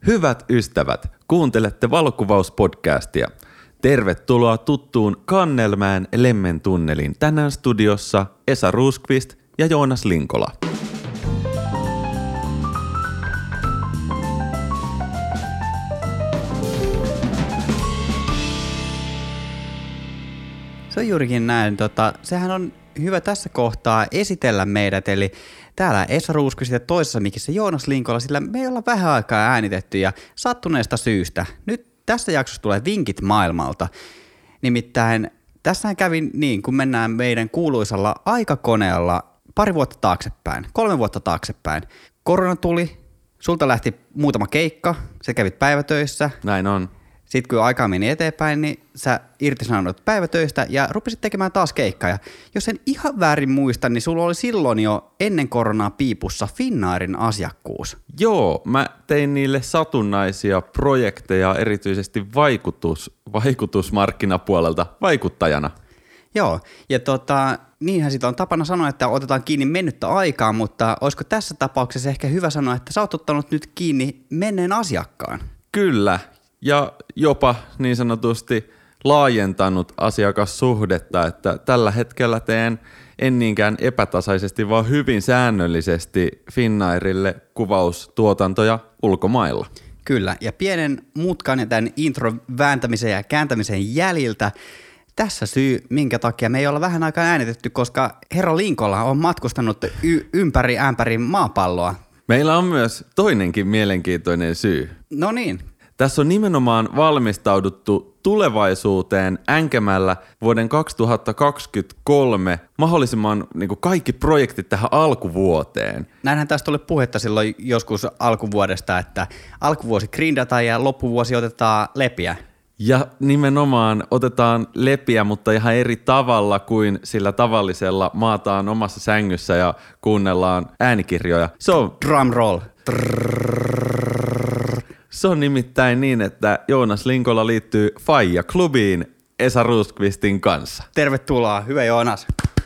Hyvät ystävät, kuuntelette valokuvauspodcastia. Tervetuloa tuttuun Kannelmäen Lemmentunnelin. Tänään studiossa Esa Roskvist ja Joonas Linkola. Se on juurikin näin. Sehän on hyvä tässä kohtaa esitellä meidät, eli täällä Esa Roskvist ja toisessa mikissä Joonas Linkola, sillä me ei olla vähän aikaa äänitetty ja sattuneesta syystä. Nyt tässä jaksossa tulee vinkit maailmalta. Nimittäin tässähän kävi niin, kun mennään meidän kuuluisalla aikakoneella 3 vuotta taaksepäin. Korona tuli, sulta lähti muutama keikka, sä kävit päivätöissä. Näin on. Sitten kun aikaa meni eteenpäin, niin sä irtisanoudut päivätöistä ja rupesit tekemään taas keikkaa. Ja jos en ihan väärin muista, niin sulla oli silloin jo ennen koronaa piipussa Finnairin asiakkuus. Joo, mä tein niille satunnaisia projekteja erityisesti vaikutusmarkkinapuolelta vaikuttajana. Joo, ja niinhän sitä on tapana sanoa, että otetaan kiinni mennyttä aikaa, mutta olisiko tässä tapauksessa ehkä hyvä sanoa, että sä oot ottanut nyt kiinni menneen asiakkaan? Kyllä. Ja jopa niin sanotusti laajentanut asiakassuhdetta, että tällä hetkellä teen en niinkään epätasaisesti, vaan hyvin säännöllisesti Finnairille kuvaustuotantoja ulkomailla. Kyllä, ja pienen mutkan ja tämän intron vääntämisen ja kääntämisen jäljiltä tässä syy, minkä takia me ei olla vähän aikaa äänitetty, koska herra Linkola on matkustanut ympäri ämpäri maapalloa. Meillä on myös toinenkin mielenkiintoinen syy. No niin. Tässä on nimenomaan valmistauduttu tulevaisuuteen änkemällä vuoden 2023 mahdollisimman kaikki projektit tähän alkuvuoteen. Näinhän tästä oli puhetta silloin joskus alkuvuodesta, että alkuvuosi grindataan ja loppuvuosi otetaan lepiä. Ja nimenomaan otetaan lepiä, mutta ihan eri tavalla kuin sillä tavallisella maataan omassa sängyssä ja kuunnellaan äänikirjoja. Drum roll. Se on nimittäin niin, että Joonas Linkola liittyy Faija-klubiin Esa Roskvistin kanssa. Tervetuloa, hyvä Joonas.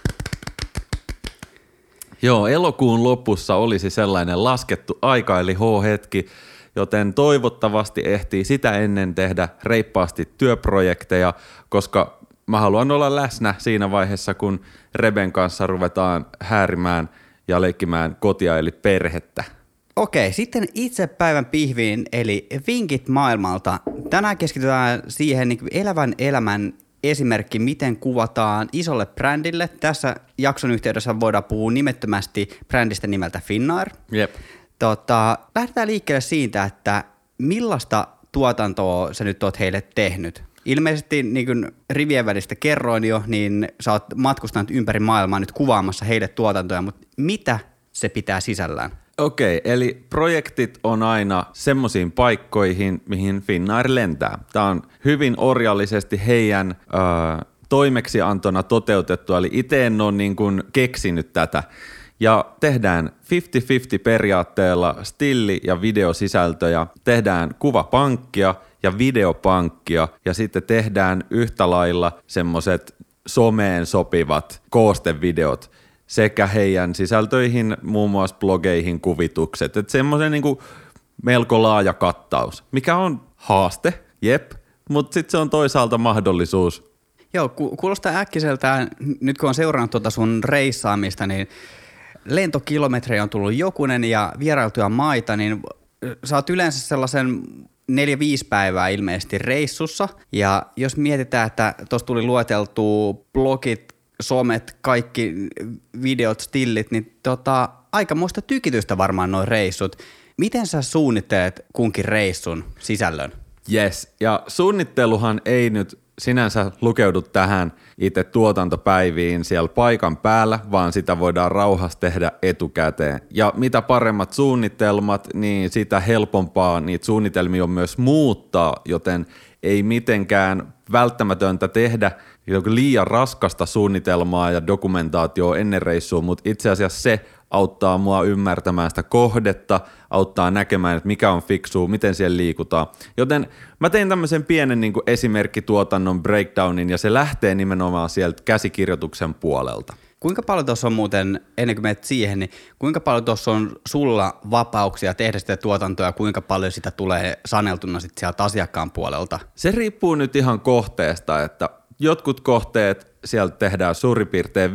Joo, elokuun lopussa olisi sellainen laskettu aika eli H-hetki, joten toivottavasti ehtii sitä ennen tehdä reippaasti työprojekteja, koska mä haluan olla läsnä siinä vaiheessa, kun Reben kanssa ruvetaan häärimään ja leikkimään kotia eli perhettä. Okei, sitten itse päivän pihviin, eli vinkit maailmalta. Tänään keskitytään siihen elävän elämän esimerkki, miten kuvataan isolle brändille. Tässä jakson yhteydessä voidaan puhua nimettömästi brändistä nimeltä Finnair. Jep. Lähdetään liikkeelle siitä, että millaista tuotantoa sä nyt oot heille tehnyt? Ilmeisesti niin kuin rivien välistä kerroin jo, niin sä oot matkustanut ympäri maailmaa nyt kuvaamassa heille tuotantoja, mutta mitä se pitää sisällään? Okei, eli projektit on aina semmoisiin paikkoihin, mihin Finnair lentää. Tämä on hyvin orjallisesti heidän toimeksiantona toteutettua, eli itse en ole niin kuin keksinyt tätä. Ja tehdään 50-50 periaatteella stilli- ja videosisältöjä, tehdään kuvapankkia ja videopankkia ja sitten tehdään yhtä lailla semmoiset someen sopivat koostevideot sekä heidän sisältöihin, muun muassa blogeihin kuvitukset. Että semmoisen niinku melko laaja kattaus, mikä on haaste, jep, mutta sitten se on toisaalta mahdollisuus. Joo, kuulostaa äkkiseltään, nyt kun on seurannut sun reissaamista, niin lentokilometrejä on tullut jokunen ja vierailtuja maita, niin sä oot yleensä sellaisen 4-5 päivää ilmeisesti reissussa. Ja jos mietitään, että tuossa tuli lueteltua blogit, somet, kaikki videot, stillit, niin aikamoista tykitystä varmaan nuo reissut. Miten sä suunnittelet kunkin reissun sisällön? Yes, ja suunnitteluhan ei nyt sinänsä lukeudu tähän itse tuotantopäiviin siellä paikan päällä, vaan sitä voidaan rauhassa tehdä etukäteen. Ja mitä paremmat suunnitelmat, niin sitä helpompaa niitä suunnitelmia on myös muuttaa, joten ei mitenkään välttämätöntä tehdä liian raskasta suunnitelmaa ja dokumentaatioa ennen reissua, mutta itse asiassa se auttaa mua ymmärtämään sitä kohdetta, auttaa näkemään, että mikä on fiksua, miten siellä liikutaan. Joten mä tein tämmöisen pienen niin kuin esimerkkituotannon breakdownin ja se lähtee nimenomaan sieltä käsikirjoituksen puolelta. Kuinka paljon tuossa on muuten, ennen kuin menet siihen, niin kuinka paljon tuossa on sulla vapauksia tehdä sitä tuotantoa ja kuinka paljon sitä tulee saneltuna sitten sieltä asiakkaan puolelta? Se riippuu nyt ihan kohteesta, että jotkut kohteet sieltä tehdään suurin piirtein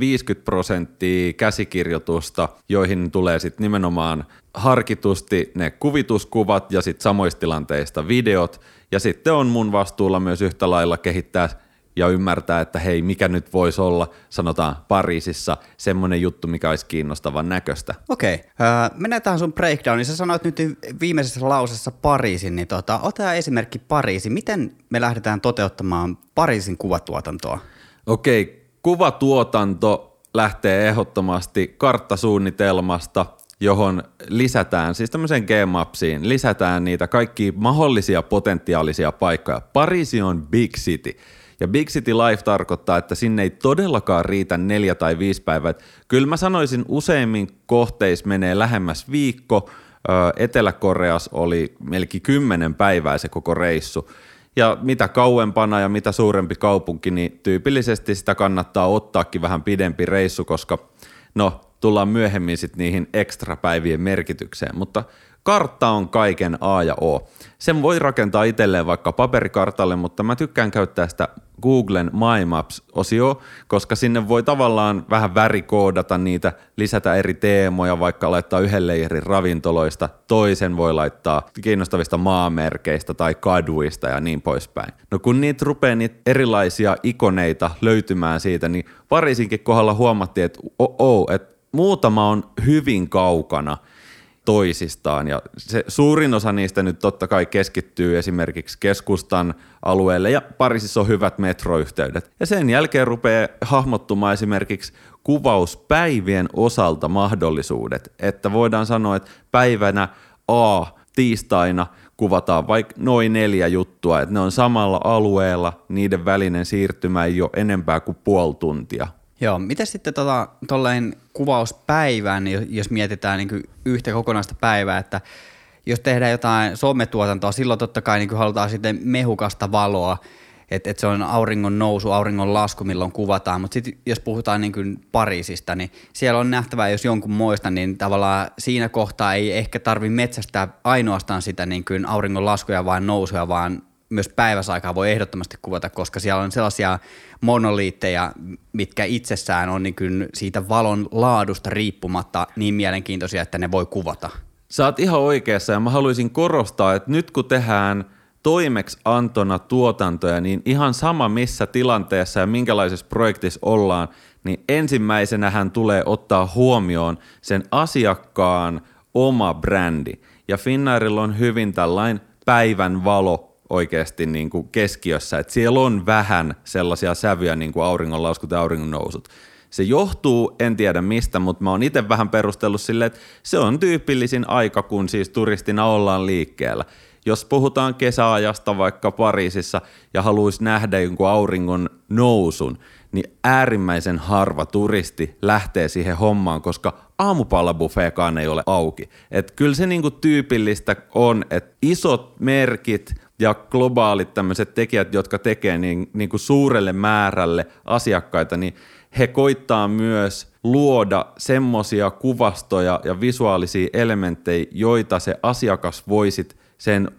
50% käsikirjoitusta, joihin tulee sitten nimenomaan harkitusti ne kuvituskuvat ja sitten samoista tilanteista videot. Ja sitten on mun vastuulla myös yhtä lailla kehittää ja ymmärtää, että hei, mikä nyt voisi olla, sanotaan Pariisissa, semmoinen juttu, mikä olisi kiinnostavan näköistä. Okei. Mennään tähän sun breakdowniin. Sä sanoit nyt viimeisessä lausessa Pariisin, niin ota esimerkki Pariisi. Miten me lähdetään toteuttamaan Pariisin kuvatuotantoa? Okei, kuvatuotanto lähtee ehdottomasti karttasuunnitelmasta, johon lisätään, siis tämmöiseen G-mapsiin, lisätään niitä kaikkia mahdollisia potentiaalisia paikkoja. Pariisi on big city. Ja Big City Life tarkoittaa, että sinne ei todellakaan riitä 4 tai 5 päivää. Kyllä mä sanoisin, useimmin kohteissa menee lähemmäs viikko. Etelä-Koreassa oli melkein 10 päivää se koko reissu. Ja mitä kauempana ja mitä suurempi kaupunki, niin tyypillisesti sitä kannattaa ottaakin vähän pidempi reissu, koska tullaan myöhemmin sitten niihin ekstra päivien merkitykseen. Mutta kartta on kaiken A ja O. Sen voi rakentaa itselleen vaikka paperikartalle, mutta mä tykkään käyttää sitä Googlen My Maps-osioa, koska sinne voi tavallaan vähän värikoodata niitä, lisätä eri teemoja, vaikka laittaa yhden leijerin ravintoloista, toisen voi laittaa kiinnostavista maamerkeistä tai kaduista ja niin poispäin. No kun niitä rupeaa niitä erilaisia ikoneita löytymään siitä, niin Pariisinkin kohdalla huomattiin, että että muutama on hyvin kaukana toisistaan ja se suurin osa niistä nyt totta kai keskittyy esimerkiksi keskustan alueelle ja Pariisissa on hyvät metroyhteydet. Ja sen jälkeen rupeaa hahmottumaan esimerkiksi kuvauspäivien osalta mahdollisuudet, että voidaan sanoa, että päivänä A tiistaina kuvataan vaikka noin 4 juttua, että ne on samalla alueella, niiden välinen siirtymä ei ole enempää kuin puoli tuntia. Joo, miten sitten tolleen kuvauspäivään, jos mietitään niin yhtä kokonaista päivää, että jos tehdään jotain sometuotantoa, silloin totta kai niin halutaan sitten mehukasta valoa, että se on auringon nousu, auringon lasku, milloin kuvataan, mutta sitten jos puhutaan niin Pariisista, niin siellä on nähtävää, jos jonkun muista, niin tavallaan siinä kohtaa ei ehkä tarvitse metsästää ainoastaan sitä niin auringon laskuja vaan nousuja, vaan myös päiväsaikaa voi ehdottomasti kuvata, koska siellä on sellaisia monoliitteja, mitkä itsessään on niin kuin siitä valon laadusta riippumatta niin mielenkiintoisia, että ne voi kuvata. Sä oot ihan oikeassa ja mä haluaisin korostaa, että nyt kun tehdään toimeksiantona tuotantoja, niin ihan sama missä tilanteessa ja minkälaisessa projektissa ollaan, niin ensimmäisenähän tulee ottaa huomioon sen asiakkaan oma brändi. Ja Finnairilla on hyvin tällainen päivän valo oikeasti niin kuin keskiössä, että siellä on vähän sellaisia sävyjä niin kuin auringonlaskut ja auringonnousut. Se johtuu, en tiedä mistä, mutta mä oon itse vähän perustellut silleen, että se on tyypillisin aika, kun siis turistina ollaan liikkeellä. Jos puhutaan kesäajasta vaikka Pariisissa ja haluaisi nähdä jonkun auringon nousun, niin äärimmäisen harva turisti lähtee siihen hommaan, koska aamupalabuffeekaan ei ole auki. Et kyllä se niinku tyypillistä on, että isot merkit ja globaalit tämmöiset tekijät, jotka tekee niinku suurelle määrälle asiakkaita, niin he koittaa myös luoda semmoisia kuvastoja ja visuaalisia elementtejä, joita se asiakas voisit sen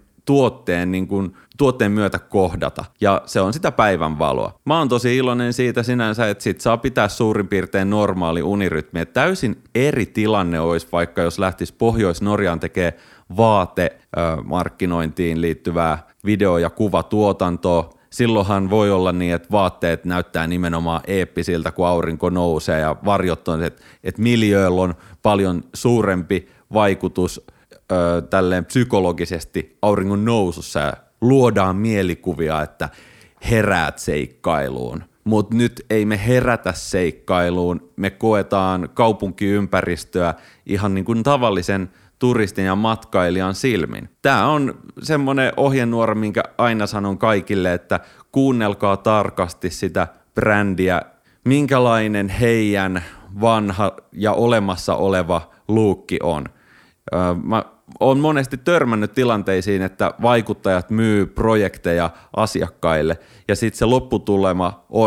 tuotteen myötä kohdata. Ja se on sitä päivänvaloa. Mä oon tosi iloinen siitä sinänsä, että sit saa pitää suurin piirtein normaali unirytmi. Et täysin eri tilanne olisi vaikka jos lähtisi Pohjois-Norjaan tekee vaatemarkkinointiin liittyvää video- ja kuvatuotantoa. Silloinhan voi olla niin, että vaatteet näyttää nimenomaan eeppisiltä, kun aurinko nousee ja varjot on, että miljööllä on paljon suurempi vaikutus tälleen psykologisesti auringon nousussa ja luodaan mielikuvia, että heräät seikkailuun. Mutta nyt ei me herätä seikkailuun, me koetaan kaupunkiympäristöä ihan niin kuin tavallisen turistin ja matkailijan silmin. Tämä on semmoinen ohjenuora, minkä aina sanon kaikille, että kuunnelkaa tarkasti sitä brändiä, minkälainen heidän vanha ja olemassa oleva luukki on. Mä oon monesti törmännyt tilanteisiin, että vaikuttajat myy projekteja asiakkaille ja sitten se lopputulema on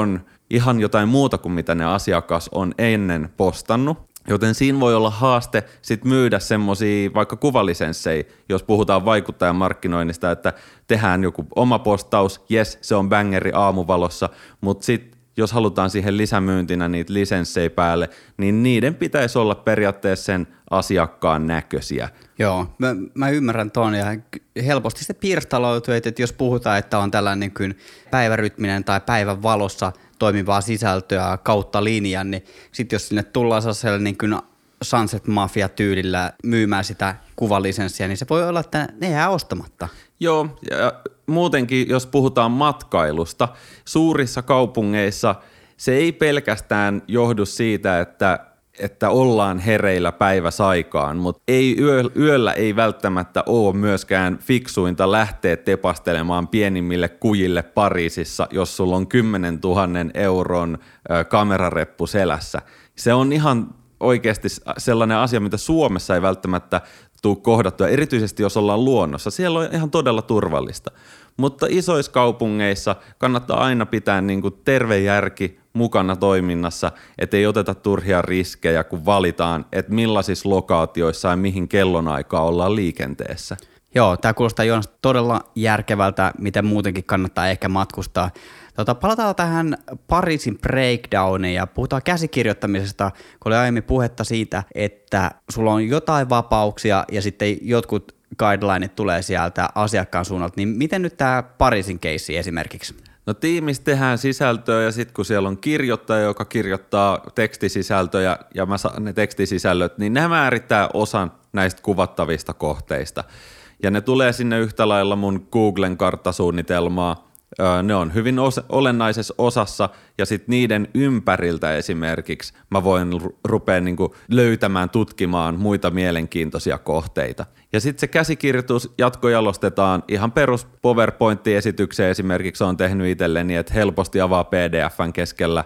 ihan jotain muuta kuin mitä ne asiakas on ennen postannut. Joten siinä voi olla haaste sit myydä semmosia vaikka kuvalisenssejä, jos puhutaan vaikuttajan markkinoinnista, että tehdään joku oma postaus, jes, se on bangeri aamuvalossa, mutta sitten jos halutaan siihen lisämyyntinä niitä lisenssejä päälle, niin niiden pitäisi olla periaatteessa sen asiakkaan näköisiä. Joo, mä ymmärrän ton ja helposti se pirstaloituu, että jos puhutaan, että on tällainen niin kuin päivärytminen tai päivän valossa toimivaa sisältöä kautta linjan, niin sitten jos sinne tullaan sellaisella niin kuin Sunset Mafia-tyylillä myymään sitä kuvalisenssiä, niin se voi olla, että ne jää ostamatta. Joo, ja muutenkin jos puhutaan matkailusta, suurissa kaupungeissa se ei pelkästään johdu siitä, että ollaan hereillä päiväsaikaan, mutta yöllä ei välttämättä ole myöskään fiksuinta lähteä tepastelemaan pienimmille kujille Pariisissa, jos sulla on 10 000 euron kamerareppu selässä. Se on ihan oikeasti sellainen asia, mitä Suomessa ei välttämättä tule kohdattua, erityisesti jos ollaan luonnossa. Siellä on ihan todella turvallista. Mutta isoissa kaupungeissa kannattaa aina pitää niin kuin terve järki mukana toiminnassa, ettei oteta turhia riskejä, kun valitaan, että millaisissa lokaatioissa ja mihin kellonaikaa ollaan liikenteessä. Joo, tämä kuulostaa Joonas todella järkevältä, miten muutenkin kannattaa ehkä matkustaa. Palataan tähän Pariisin breakdowniin ja puhutaan käsikirjoittamisesta, kun oli aiemmin puhetta siitä, että sulla on jotain vapauksia ja sitten jotkut guidelineit tulee sieltä asiakkaan suunnalta, niin miten nyt tämä Pariisin keissi esimerkiksi? No tiimissä tehdään sisältöä ja sitten kun siellä on kirjoittaja, joka kirjoittaa tekstisisältöjä ja mä saan ne tekstisisällöt, niin ne määrittää osan näistä kuvattavista kohteista. Ja ne tulee sinne yhtä lailla mun Googlen karttasuunnitelmaa. Ne on hyvin olennaisessa osassa ja sitten niiden ympäriltä esimerkiksi mä voin rupea niinku löytämään, tutkimaan muita mielenkiintoisia kohteita. Ja sitten se käsikirjoitus jatkojalostetaan ihan perus PowerPoint-esitykseen esimerkiksi on tehnyt itselleni, että helposti avaa PDF:n keskellä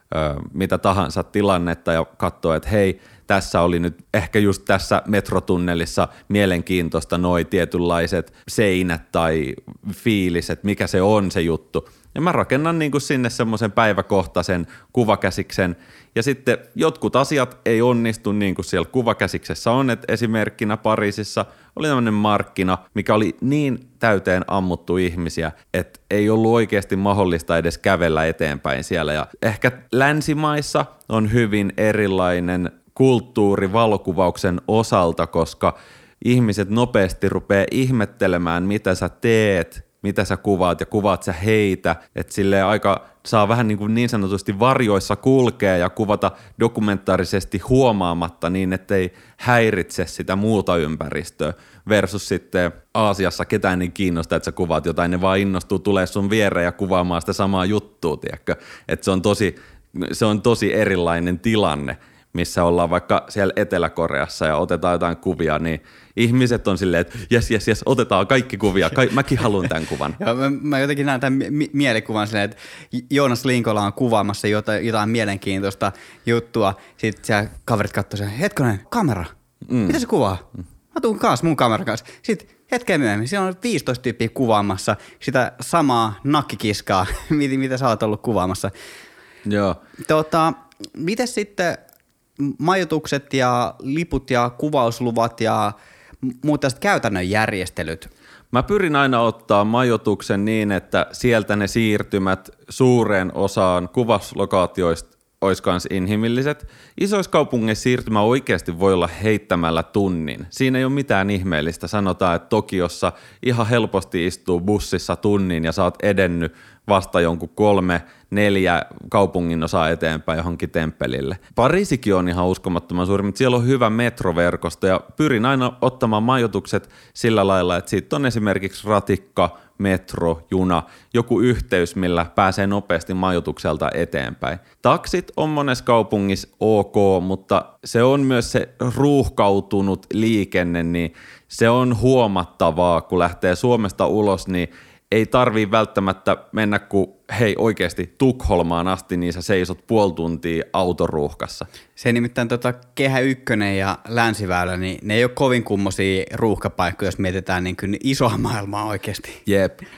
mitä tahansa tilannetta ja katsoo, että hei, tässä oli nyt ehkä just tässä metrotunnelissa mielenkiintoista noi tietynlaiset seinät tai fiiliset, mikä se on se juttu. Ja mä rakennan niin kuin sinne semmoisen päiväkohtaisen kuvakäsiksen. Ja sitten jotkut asiat ei onnistu niin kuin siellä kuvakäsiksessä on, että esimerkkinä Pariisissa oli tämmöinen markkina, mikä oli niin täyteen ammuttu ihmisiä, että ei ollut oikeasti mahdollista edes kävellä eteenpäin siellä. Ja ehkä länsimaissa on hyvin erilainen kulttuuri valokuvauksen osalta, koska ihmiset nopeasti rupeaa ihmettelemään, mitä sä teet, mitä sä kuvaat ja kuvaat sä heitä, että silleen aika saa vähän niin sanotusti varjoissa kulkea ja kuvata dokumentaarisesti huomaamatta niin, ettei häiritse sitä muuta ympäristöä versus sitten Aasiassa ketään ei kiinnosta, että sä kuvaat jotain, ne vaan innostuu tulee sun viereen ja kuvaamaan sitä samaa juttua, tiedätkö? Että se on tosi erilainen tilanne, missä ollaan vaikka siellä Etelä-Koreassa ja otetaan jotain kuvia, niin ihmiset on silleen, että jes, otetaan kaikki kuvia, mäkin haluan tämän kuvan. Joo, mä jotenkin näen tämän mielikuvan silleen, että Joonas Linkola on kuvaamassa jotain mielenkiintoista juttua, sitten siellä kaverit katsoo sen, hetkonen, kamera, mitä se kuvaa? Mä tuun kanssa mun kameran kanssa. Sitten hetken myöhemmin, siellä on 15 tyyppiä kuvaamassa sitä samaa nakkikiskaa, mitä sä oot ollut kuvaamassa. Joo. Miten sitten majoitukset ja liput ja kuvausluvat ja muut tästä käytännön järjestelyt? Mä pyrin aina ottaa majoituksen niin, että sieltä ne siirtymät suureen osaan kuvauslokaatioista olisi myös inhimilliset. Isoissa kaupungeissa siirtymä oikeasti voi olla heittämällä tunnin. Siinä ei ole mitään ihmeellistä. Sanotaan, että Tokiossa ihan helposti istuu bussissa tunnin ja sä oot edennyt vasta jonkun 3-4 kaupungin osaa eteenpäin johonkin temppelille. Pariisikin on ihan uskomattoman suuri, mutta siellä on hyvä metroverkosto ja pyrin aina ottamaan majoitukset sillä lailla, että siitä on esimerkiksi ratikka, metro, juna, joku yhteys, millä pääsee nopeasti majoitukselta eteenpäin. Taksit on monessa kaupungissa ok, mutta se on myös se ruuhkautunut liikenne, niin se on huomattavaa, kun lähtee Suomesta ulos, niin ei tarvii välttämättä mennä kuin hei oikeasti Tukholmaan asti, niin sä seisot puoli tuntia autoruuhkassa. Se nimittäin Kehä 1 ja Länsiväylä, niin ne ei ole kovin kummosia ruuhkapaikkoja, jos mietitään niin kuin isoa maailmaa oikeasti. Jep.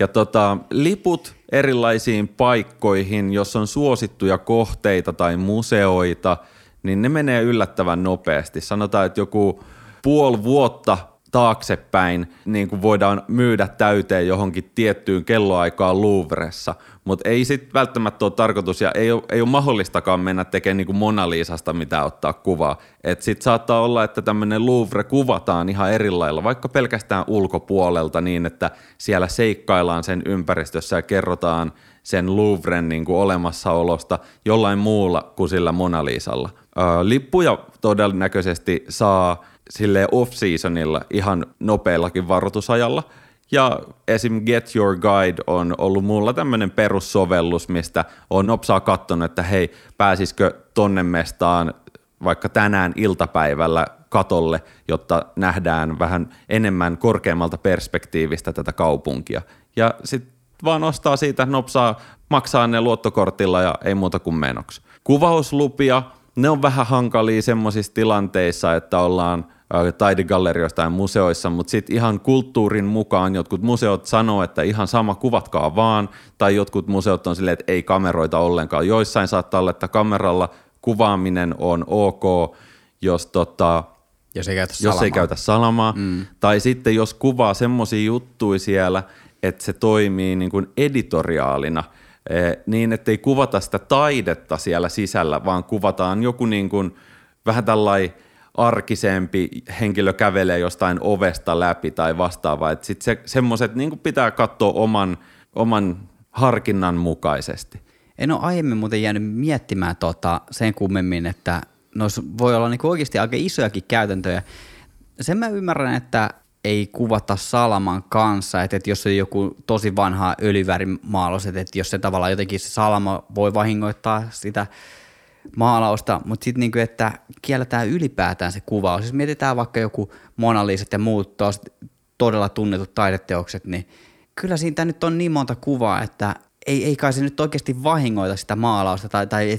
Ja liput erilaisiin paikkoihin, jos on suosittuja kohteita tai museoita, niin ne menee yllättävän nopeasti. Sanotaan, että joku puoli vuotta taaksepäin niin kuin voidaan myydä täyteen johonkin tiettyyn kelloaikaan Louvressa, mutta ei sitten välttämättä ole tarkoitus ja ei ole mahdollistakaan mennä tekemään niin kuin Mona Lisasta mitä ottaa kuvaa. Sitten saattaa olla, että tämmöinen Louvre kuvataan ihan eri lailla, vaikka pelkästään ulkopuolelta niin, että siellä seikkaillaan sen ympäristössä ja kerrotaan sen Louvren niin kuin olemassaolosta jollain muulla kuin sillä Mona Lisalla. Lippuja todennäköisesti saa silleen off-seasonilla ihan nopeallakin varoitusajalla. Ja esim. Get Your Guide on ollut mulla tämmöinen perussovellus, mistä on nopsaa katsonut, että hei, pääsisikö tonne mestaan vaikka tänään iltapäivällä katolle, jotta nähdään vähän enemmän korkeammalta perspektiivistä tätä kaupunkia. Ja sitten vaan ostaa siitä nopsaa, maksaa ne luottokortilla ja ei muuta kuin menoksi. Kuvauslupia, ne on vähän hankalia semmoisissa tilanteissa, että ollaan taidegallerioissa tai museoissa, mutta sitten ihan kulttuurin mukaan jotkut museot sanoo, että ihan sama, kuvatkaa vaan, tai jotkut museot on silleen, että ei kameroita ollenkaan. Joissain saattaa olla, että kameralla kuvaaminen on ok, jos ei käytä salamaa, tai sitten jos kuvaa semmoisia juttuja siellä, että se toimii niin kuin editoriaalina, niin ettei kuvata sitä taidetta siellä sisällä, vaan kuvataan joku niin kuin vähän tällainen arkisempi henkilö kävelee jostain ovesta läpi tai vastaavaa, että sitten semmoiset niin kuin pitää katsoa oman harkinnan mukaisesti. En ole aiemmin muuten jäänyt miettimään sen kummemmin, että noissa voi olla niin kuin oikeasti aika isojakin käytäntöjä. Sen mä ymmärrän, että ei kuvata salaman kanssa, että jos on joku tosi vanha öljyvärimaalos, että jos se tavallaan jotenkin se salama voi vahingoittaa sitä maalausta, mutta sitten niinku, että kielletään ylipäätään se kuvaus. Jos mietitään vaikka joku Mona Lisat ja muut todella tunnetut taideteokset, niin kyllä siitä nyt on niin monta kuvaa, että ei kai se nyt oikeasti vahingoita sitä maalausta tai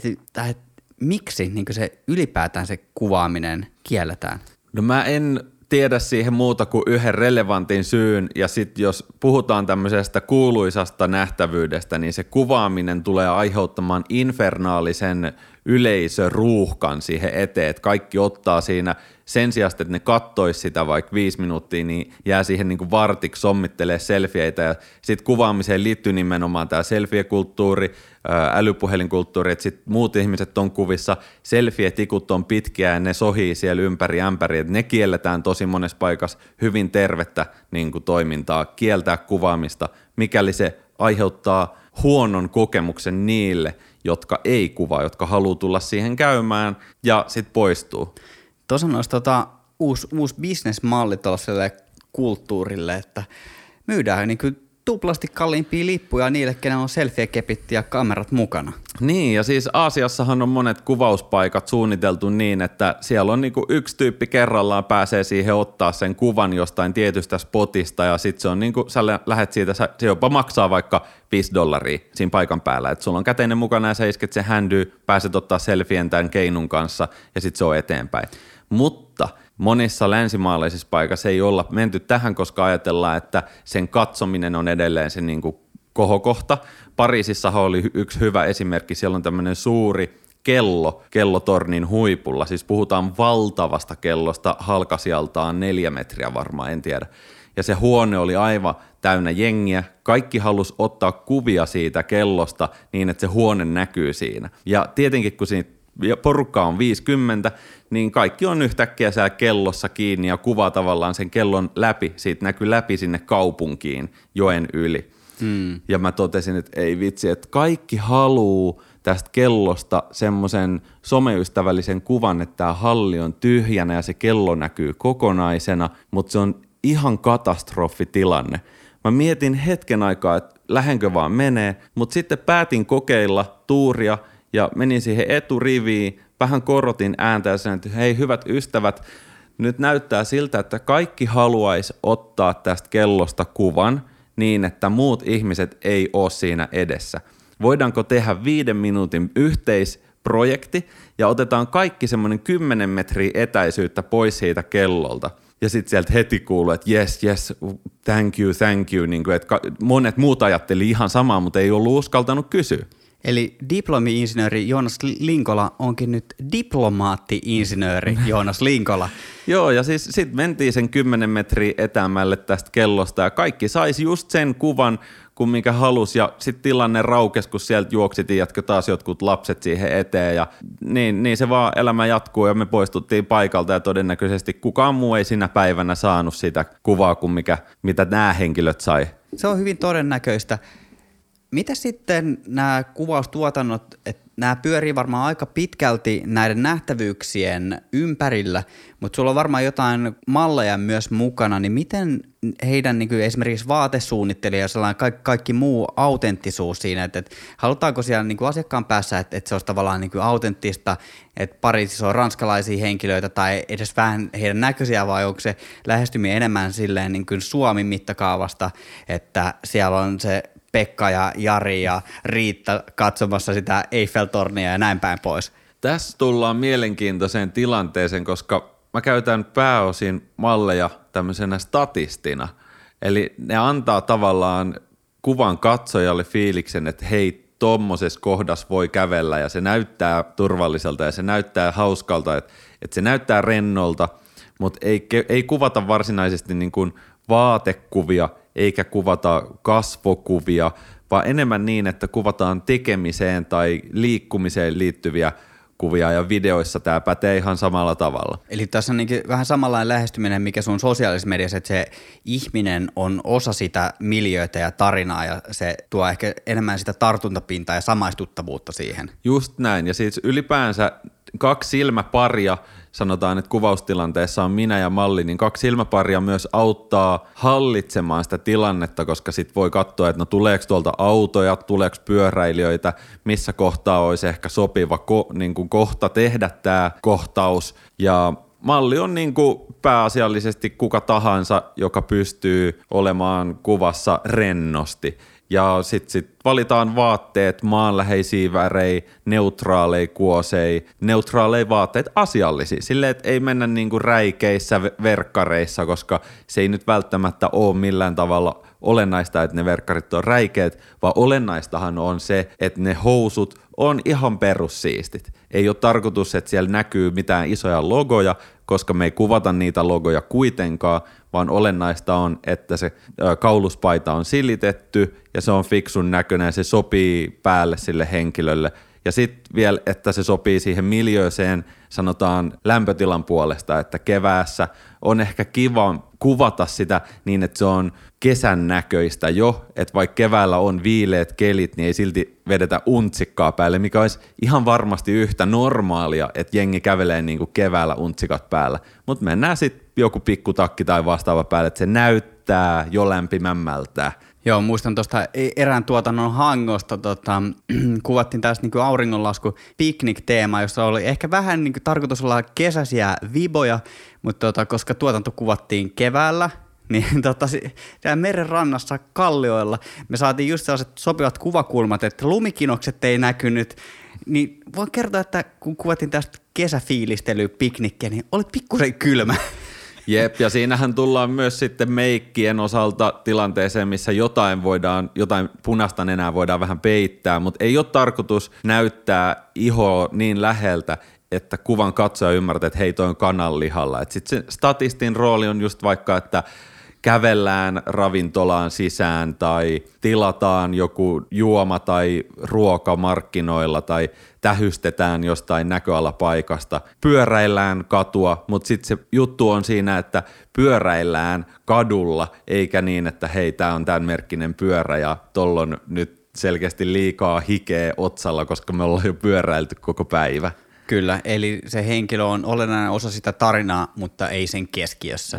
miksi niin se ylipäätään se kuvaaminen kielletään? No mä en tiedä siihen muuta kuin yhden relevantin syyn, ja sitten jos puhutaan tämmöisestä kuuluisasta nähtävyydestä, niin se kuvaaminen tulee aiheuttamaan infernaalisen yleisöruuhkan siihen eteen, että kaikki ottaa siinä sen sijaan, että ne kattoisi sitä vaikka 5 minuuttia, niin jää siihen niin kuin vartiksi sommittelee selfieitä, ja sitten kuvaamiseen liittyy nimenomaan tämä selfie-kulttuuri, älypuhelinkulttuuri, että sitten muut ihmiset on kuvissa, selfie-tikut on pitkiä ja ne sohii siellä ympäri ämpäri, että ne kielletään tosi monessa paikassa hyvin tervettä niin kuin toimintaa, kieltää kuvaamista, mikäli se aiheuttaa huonon kokemuksen niille, jotka ei kuvaa, jotka haluaa tulla siihen käymään ja sitten poistuu. Tuossa olisi uusi bisnesmalli tuollaiselle kulttuurille, että myydään niin kuin tuplasti kalliimpia lippuja niille, kenen on selfie-kepit ja kamerat mukana. Niin, ja siis Aasiassahan on monet kuvauspaikat suunniteltu niin, että siellä on niinku yksi tyyppi kerrallaan pääsee siihen ottaa sen kuvan jostain tietystä spotista, ja sitten se on niinku, sä lähet siitä, se jopa maksaa vaikka $5 siinä paikan päällä, että sulla on käteinen mukana ja sä isket sen händy, pääset ottaa selfien tämän keinun kanssa, ja sitten se on eteenpäin. Mutta monissa länsimaalaisissa paikassa ei olla menty tähän, koska ajatellaan, että sen katsominen on edelleen se niin kuin kohokohta. Pariisissahan oli yksi hyvä esimerkki, siellä on tämmöinen suuri kellotornin huipulla, siis puhutaan valtavasta kellosta, halkasijaltaan 4 metriä varmaan, en tiedä. Ja se huone oli aivan täynnä jengiä, kaikki halusi ottaa kuvia siitä kellosta niin, että se huone näkyy siinä. Ja tietenkin kun siinä porukka on 50, niin kaikki on yhtäkkiä siellä kellossa kiinni ja kuvaa tavallaan sen kellon läpi, siitä näkyy läpi sinne kaupunkiin joen yli. Ja mä totesin, että ei vitsi, että kaikki haluu tästä kellosta semmoisen someystävällisen kuvan, että tämä halli on tyhjänä ja se kello näkyy kokonaisena, mutta se on ihan katastrofitilanne. Mä mietin hetken aikaa, että lähdenkö vaan menee, mutta sitten päätin kokeilla tuuria ja menin siihen eturiviin, vähän korotin ääntä ja sanoin, että hei hyvät ystävät, nyt näyttää siltä, että kaikki haluaisi ottaa tästä kellosta kuvan niin, että muut ihmiset ei ole siinä edessä. Voidaanko tehdä 5 minuutin yhteisprojekti ja otetaan kaikki semmoinen 10 metriä etäisyyttä pois siitä kellolta. Ja sitten sieltä heti kuului, että yes, thank you, niin kuin, että monet muut ajatteli ihan samaa, mutta ei ollut uskaltanut kysyä. Eli diplomi-insinööri Joonas Linkola onkin nyt diplomaatti-insinööri Joonas Linkola. Joo, ja siis sitten mentiin sen 10 metriä etäämälle tästä kellosta, ja kaikki saisi just sen kuvan, kuin mikä halusi, ja sitten tilanne raukesi, kun sieltä juoksit ja taas jotkut lapset siihen eteen, ja niin se vaan elämä jatkuu, ja me poistuttiin paikalta, ja todennäköisesti kukaan muu ei sinä päivänä saanut sitä kuvaa kuin mitä nämä henkilöt sai. Se on hyvin todennäköistä. Mitä sitten nämä kuvaustuotannot, että nämä pyörii varmaan aika pitkälti näiden nähtävyyksien ympärillä, mutta sulla on varmaan jotain malleja myös mukana, niin miten heidän niin kuin esimerkiksi vaatesuunnittelija ja sellainen kaikki muu autenttisuus siinä, että halutaanko siellä niin kuin asiakkaan päässä, että se olisi tavallaan niin kuin autenttista, että Pariisissa on ranskalaisia henkilöitä tai edes vähän heidän näköisiä, vai onko se lähestyminen enemmän silleen niin kuin Suomen mittakaavasta, että siellä on se Pekka ja Jari ja Riitta katsomassa sitä Eiffel-tornia ja näin päin pois. Tässä tullaan mielenkiintoiseen tilanteeseen, koska mä käytän pääosin malleja tämmöisenä statistina. Eli ne antaa tavallaan kuvan katsojalle fiiliksen, että hei, tommosessa kohdassa voi kävellä ja se näyttää turvalliselta ja se näyttää hauskalta, että se näyttää rennolta, mutta ei kuvata varsinaisesti niin kuin vaatekuvia eikä kuvata kasvokuvia, vaan enemmän niin, että kuvataan tekemiseen tai liikkumiseen liittyviä kuvia, ja videoissa tämä pätee ihan samalla tavalla. Eli tässä on niin vähän samanlainen lähestyminen, mikä sun sosiaalisessa mediassa, että se ihminen on osa sitä miljöötä ja tarinaa, ja se tuo ehkä enemmän sitä tartuntapintaa ja samaistuttavuutta siihen. Just näin, ja siis ylipäänsä 2 silmäparia, sanotaan, että kuvaustilanteessa on minä ja malli, niin 2 silmäparia myös auttaa hallitsemaan sitä tilannetta, koska sit voi katsoa, että no tuleeko tuolta autoja, tuleeko pyöräilijöitä, missä kohtaa olisi ehkä sopiva niin kuin kohta tehdä tämä kohtaus. Ja malli on niin kuin pääasiallisesti kuka tahansa, joka pystyy olemaan kuvassa rennosti. Ja sitten valitaan vaatteet, maanläheisiä värejä, neutraaleja kuoseja, neutraaleja vaatteet, asiallisia. Silleen, että ei mennä niinku räikeissä verkkareissa, koska se ei nyt välttämättä ole millään tavalla olennaista, että ne verkkarit on räikeät, vaan olennaistahan on se, että ne housut on ihan perussiistit. Ei ole tarkoitus, että siellä näkyy mitään isoja logoja, koska me ei kuvata niitä logoja kuitenkaan, vaan olennaista on, että se kauluspaita on silitetty ja se on fiksun näköinen ja se sopii päälle sille henkilölle. Ja sitten vielä, että se sopii siihen miljööseen, sanotaan lämpötilan puolesta, että keväässä on ehkä kiva kuvata sitä niin, että se on kesän näköistä jo, että vaikka keväällä on viileät kelit, niin ei silti vedetä untsikkaa päälle, mikä olisi ihan varmasti yhtä normaalia, että jengi kävelee niin kuin keväällä untsikat päällä. Mutta mennään sitten joku pikkutakki tai vastaava päälle, että se näyttää jo lämpimämmältä. Joo, muistan tuosta erään tuotannon hangosta, kuvattiin tästä niin auringonlasku piknik-teema, jossa oli ehkä vähän niin kuin tarkoitus olla kesäisiä viboja, mutta koska tuotanto kuvattiin keväällä, niin siellä meren rannassa kallioilla me saatiin just sellaiset sopivat kuvakulmat, että lumikinokset ei näkynyt, niin voin kertoa, että kun kuvattiin tästä kesäfiilistelyä piknikkiä, niin oli pikkusen kylmä. Jep, ja siinähän tullaan myös sitten meikkien osalta tilanteeseen, missä jotain punaista nenää voidaan vähän peittää, mutta ei ole tarkoitus näyttää ihoa niin läheltä, että kuvan katsoja ymmärtää, että hei, toi on kananlihalla. Sitten se statistin rooli on just vaikka, että kävellään ravintolaan sisään tai tilataan joku juoma tai ruoka markkinoilla tai tähystetään jostain näköalapaikasta, pyöräillään katua, mutta sitten se juttu on siinä, että pyöräillään kadulla eikä niin, että hei, tää on tämän merkkinen pyörä ja tollon nyt selkeästi liikaa hikeä otsalla, koska me ollaan jo pyöräilty koko päivä. Kyllä, eli se henkilö on olennainen osa sitä tarinaa, mutta ei sen keskiössä.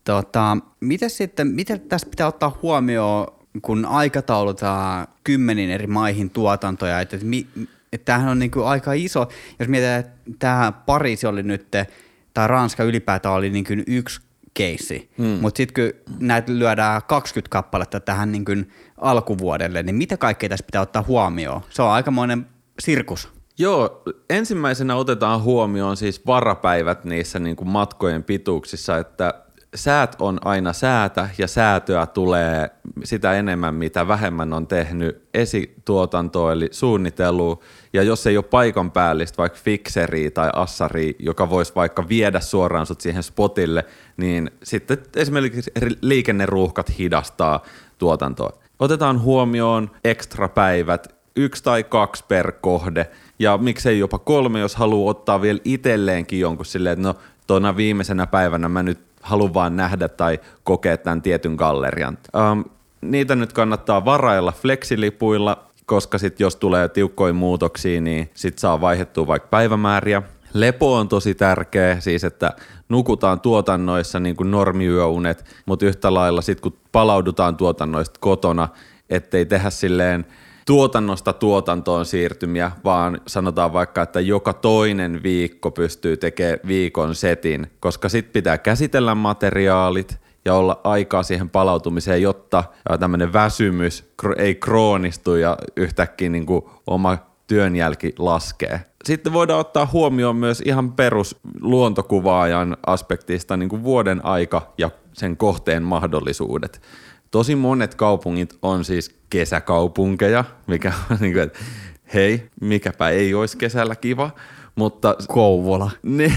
Miten tässä pitää ottaa huomioon, kun aikataulutaan 10 eri maihin tuotantoja, että tämähän on niin kuin aika iso, jos mietitään, että tämä Pariisi oli nyt, tai Ranska ylipäätään oli niin kuin yksi keissi, mutta sitten kun näitä lyödään 20 kappaletta tähän niin kuin alkuvuodelle, niin mitä kaikkea tässä pitää ottaa huomioon? Se on aikamoinen sirkus. Joo, ensimmäisenä otetaan huomioon siis varapäivät niissä niin kuin matkojen pituuksissa, että säät on aina säätä ja säätöä tulee sitä enemmän, mitä vähemmän on tehnyt esituotantoa eli suunnittelua. Ja jos ei ole paikan päällistä, vaikka fikseriä tai assaria, joka voisi vaikka viedä suoraan sut siihen spotille, niin sitten esimerkiksi liikenneruuhkat hidastaa tuotantoa. Otetaan huomioon ekstrapäivät, 1 tai 2 per kohde, ja miksei jopa 3, jos haluaa ottaa vielä itselleenkin jonkun silleen, että no tuona viimeisenä päivänä mä nyt haluan vaan nähdä tai kokea tämän tietyn gallerian. Niitä nyt kannattaa varailla flexilipuilla, koska sit jos tulee tiukkoja muutoksia, niin sit saa vaihdettua vaikka päivämääriä. Lepo on tosi tärkeä, siis että nukutaan tuotannoissa niin kuin normiyöunet, mutta yhtä lailla sit kun palaudutaan tuotannoista kotona, ettei tehdä silleen tuotannosta tuotantoon siirtymiä, vaan sanotaan vaikka, että joka toinen viikko pystyy tekemään viikon setin, koska sit pitää käsitellä materiaalit ja olla aikaa siihen palautumiseen, jotta tämmöinen väsymys ei kroonistu ja yhtäkkiä niin kuin oma työnjälki laskee. Sitten voidaan ottaa huomioon myös ihan perus luontokuvaajan aspektista niin kuin vuoden aika ja sen kohteen mahdollisuudet. Tosi monet kaupungit on siis kesäkaupunkeja, mikä on niin kuin, että hei, mikäpä ei olisi kesällä kiva, mutta Kouvola.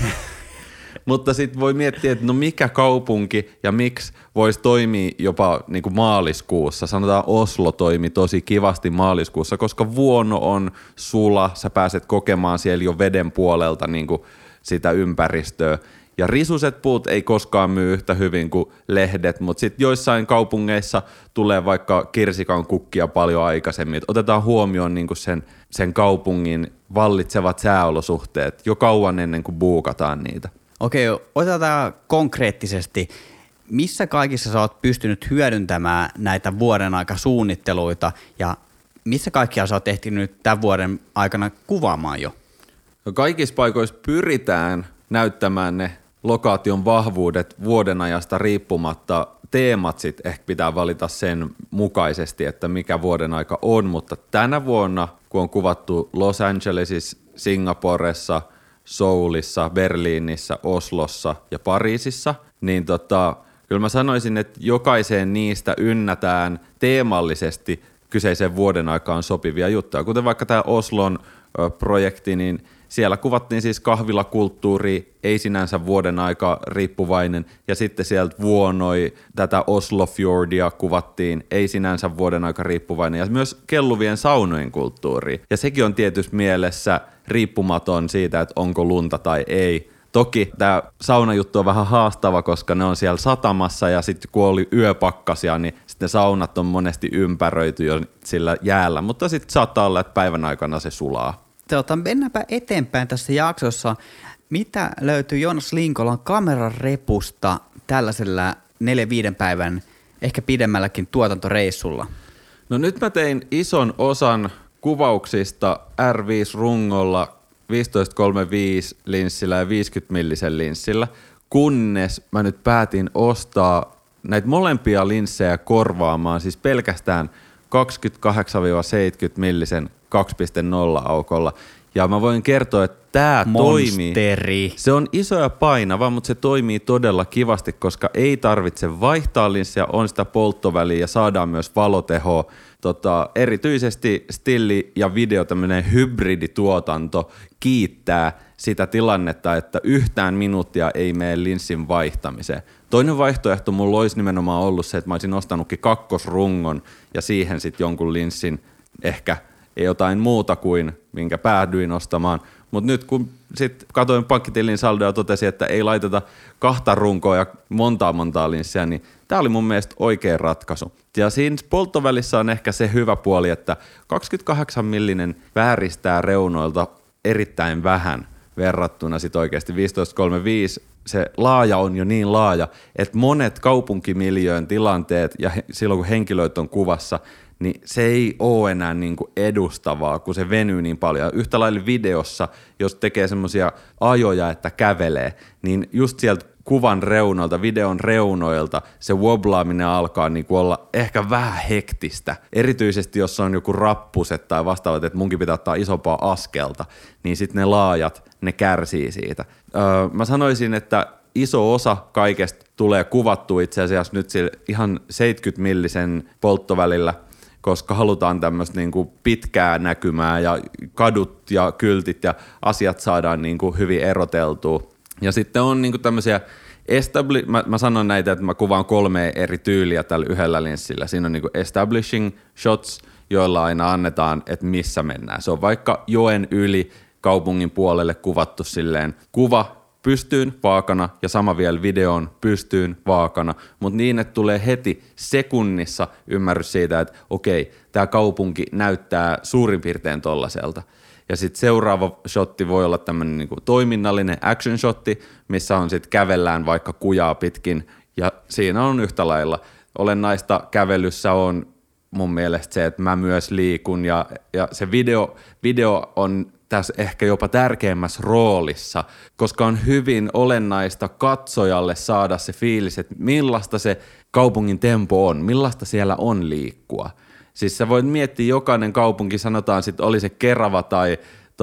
Mutta sitten voi miettiä, että no mikä kaupunki ja miksi voisi toimia jopa niin kuin maaliskuussa. Sanotaan Oslo toimi tosi kivasti maaliskuussa, koska vuono on sula, sä pääset kokemaan siellä jo veden puolelta niin kuin sitä ympäristöä. Ja risuset puut ei koskaan myy yhtä hyvin kuin lehdet, mutta sitten joissain kaupungeissa tulee vaikka kirsikan kukkia paljon aikaisemmin. Et otetaan huomioon niin kuin sen kaupungin vallitsevat sääolosuhteet jo kauan ennen kuin buukataan niitä. Okei, otetaan konkreettisesti. Missä kaikissa sä oot pystynyt hyödyntämään näitä vuoden aikasuunnitteluita ja missä kaikkia sä oot ehtinyt tämän vuoden aikana kuvaamaan jo? No kaikissa paikoissa pyritään näyttämään ne lokaation vahvuudet vuoden ajasta riippumatta. Teemat sitten ehkä pitää valita sen mukaisesti, että mikä vuoden aika on, mutta tänä vuonna, kun on kuvattu Los Angelesissa, Singaporessa, Soulissa, Berliinissä, Oslossa ja Pariisissa, niin kyllä mä sanoisin, että jokaiseen niistä ynnätään teemallisesti kyseiseen vuoden aikaan sopivia juttuja. Kuten vaikka tämä Oslon projekti, niin siellä kuvattiin siis kahvilakulttuuri, ei sinänsä vuoden aika riippuvainen, ja sitten sieltä vuonoi tätä Oslofjordia kuvattiin, ei sinänsä vuoden aika riippuvainen, ja myös kelluvien saunojen kulttuuri. Ja sekin on tietysti mielessä riippumaton siitä, että onko lunta tai ei. Toki tämä saunajuttu on vähän haastava, koska ne on siellä satamassa, ja sitten kun oli yöpakkasia, niin sitten saunat on monesti ympäröity jo sillä jäällä, mutta sitten saattaa olla, että päivän aikana se sulaa. Mennäänpä eteenpäin tässä jaksossa. Mitä löytyy Joonas Linkolan kameran repusta tällaisella 4-5 päivän, ehkä pidemmälläkin tuotantoreissulla? No nyt mä tein ison osan kuvauksista R5-rungolla, 15-35 linssillä ja 50 millisen linssillä, kunnes mä nyt päätin ostaa näitä molempia linssejä korvaamaan, siis pelkästään 28-70 millisen 2.0 aukolla. Ja mä voin kertoa, että tää toimii. Se on iso ja painava, mutta se toimii todella kivasti, koska ei tarvitse vaihtaa linssiä, on sitä polttoväliä ja saadaan myös valotehoa. Erityisesti stilli- ja video, tämmöinen hybridituotanto kiittää sitä tilannetta, että yhtään minuuttia ei mene linssin vaihtamiseen. Toinen vaihtoehto mulla olisi nimenomaan ollut se, että mä olisin ostanutkin kakkosrungon ja siihen sitten jonkun linssin ehkä ei jotain muuta kuin minkä päädyin ostamaan. Mutta nyt kun sitten katsoin pankkitilin saldoa ja totesin, että ei laiteta 2 runkoa ja montaa linssiä, niin tämä oli mun mielestä oikea ratkaisu. Ja siinä polttovälissä on ehkä se hyvä puoli, että 28 millinen vääristää reunoilta erittäin vähän verrattuna sitten oikeasti 15-35. Se laaja on jo niin laaja, että monet kaupunkimiljöön tilanteet ja silloin kun henkilöt on kuvassa, niin se ei ole enää niin kuin edustavaa, kun se venyy niin paljon. Yhtä lailla videossa, jos tekee semmoisia ajoja, että kävelee, niin just sieltä kuvan reunoilta, videon reunoilta se woblaaminen alkaa niin kuin olla ehkä vähän hektistä. Erityisesti, jos on joku rappuset tai vastaavat, että munkin pitää ottaa isompaa askelta, niin sitten ne laajat, ne kärsii siitä. Mä sanoisin, että iso osa kaikesta tulee kuvattua itse asiassa nyt sillä ihan 70-millisen polttovälillä, koska halutaan tämmöistä niinku pitkää näkymää ja kadut ja kyltit ja asiat saadaan niinku hyvin eroteltua. Ja sitten on niinku tämmöisiä mä sanon näitä, että mä kuvaan 3 eri tyyliä tällä yhdellä linssillä. Siinä on niinku establishing shots, joilla aina annetaan, että missä mennään. Se on vaikka joen yli kaupungin puolelle kuvattu silleen kuva pystyyn vaakana ja sama vielä videon pystyyn vaakana, mutta niin, että tulee heti sekunnissa ymmärrys siitä, että okei, tämä kaupunki näyttää suurin piirtein tollaiselta. Ja sitten seuraava shotti voi olla tämmöinen niinku toiminnallinen action shotti, missä on sitten kävellään vaikka kujaa pitkin ja siinä on yhtä lailla. Olennaista kävelyssä on mun mielestä se, että mä myös liikun ja se video on tässä ehkä jopa tärkeimmässä roolissa, koska on hyvin olennaista katsojalle saada se fiilis, että millaista se kaupungin tempo on, millaista siellä on liikkua. Siis sä voit miettiä jokainen kaupunki, sanotaan sitten oli se Kerava tai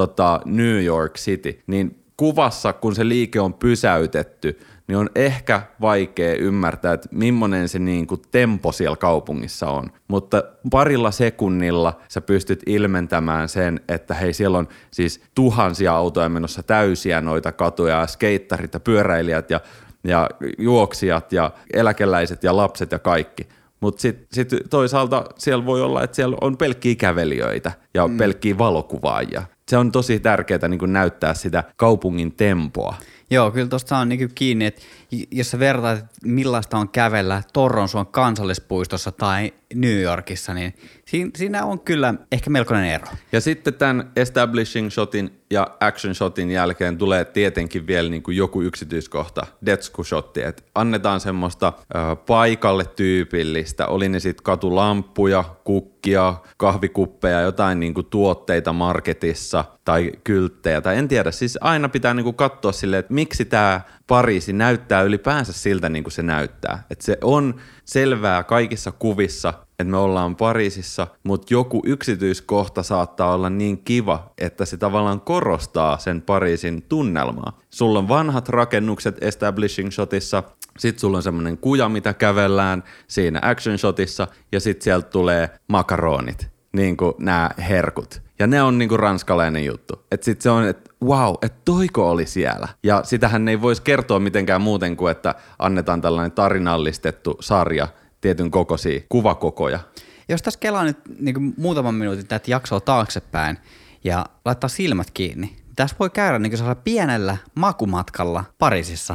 New York City, niin kuvassa kun se liike on pysäytetty, niin on ehkä vaikea ymmärtää, että millainen se niinku tempo siellä kaupungissa on. Mutta parilla sekunnilla sä pystyt ilmentämään sen, että hei, siellä on siis tuhansia autoja menossa täysiä noita katuja, skeittarit ja pyöräilijät ja juoksijat ja eläkeläiset ja lapset ja kaikki. Mutta sit toisaalta siellä voi olla, että siellä on pelkkiä kävelijöitä ja pelkkiä valokuvaajia. Se on tosi tärkeää niin kuin näyttää sitä kaupungin tempoa. Joo, kyllä tuosta on niin kiinni, että jos sä vertaat, että millaista on kävellä Torronsuon kansallispuistossa tai New Yorkissa, niin siinä on kyllä ehkä melkoinen ero. Ja sitten tämän establishing shotin ja action shotin jälkeen tulee tietenkin vielä niin kuin joku yksityiskohta, detsku-shotti, että annetaan semmoista paikalle tyypillistä, oli ne sitten katulamppuja, kukkia, kahvikuppeja, jotain niin kuin tuotteita marketissa tai kylttejä, tai en tiedä, siis aina pitää niin kuin katsoa silleen, että miksi tämä Pariisi näyttää ylipäänsä siltä niin kuin se näyttää. Että se on selvää kaikissa kuvissa, että me ollaan Pariisissa, mutta joku yksityiskohta saattaa olla niin kiva, että se tavallaan korostaa sen Pariisin tunnelmaa. Sulla on vanhat rakennukset establishing shotissa, sit sulla on semmoinen kuja, mitä kävellään siinä action shotissa, ja sit sieltä tulee makaronit, niin kuin nämä herkut. Ja ne on niinku ranskalainen juttu. Että sit se on, että wow, että toiko oli siellä. Ja sitähän ei voisi kertoa mitenkään muuten kuin, että annetaan tällainen tarinallistettu sarja tietyn kokoisia kuvakokoja. Jos tässä kelaa nyt niinku muutaman minuutin tätä jaksoa taaksepäin ja laittaa silmät kiinni, tässä voi käydä niinku sellaisella pienellä makumatkalla Pariisissa.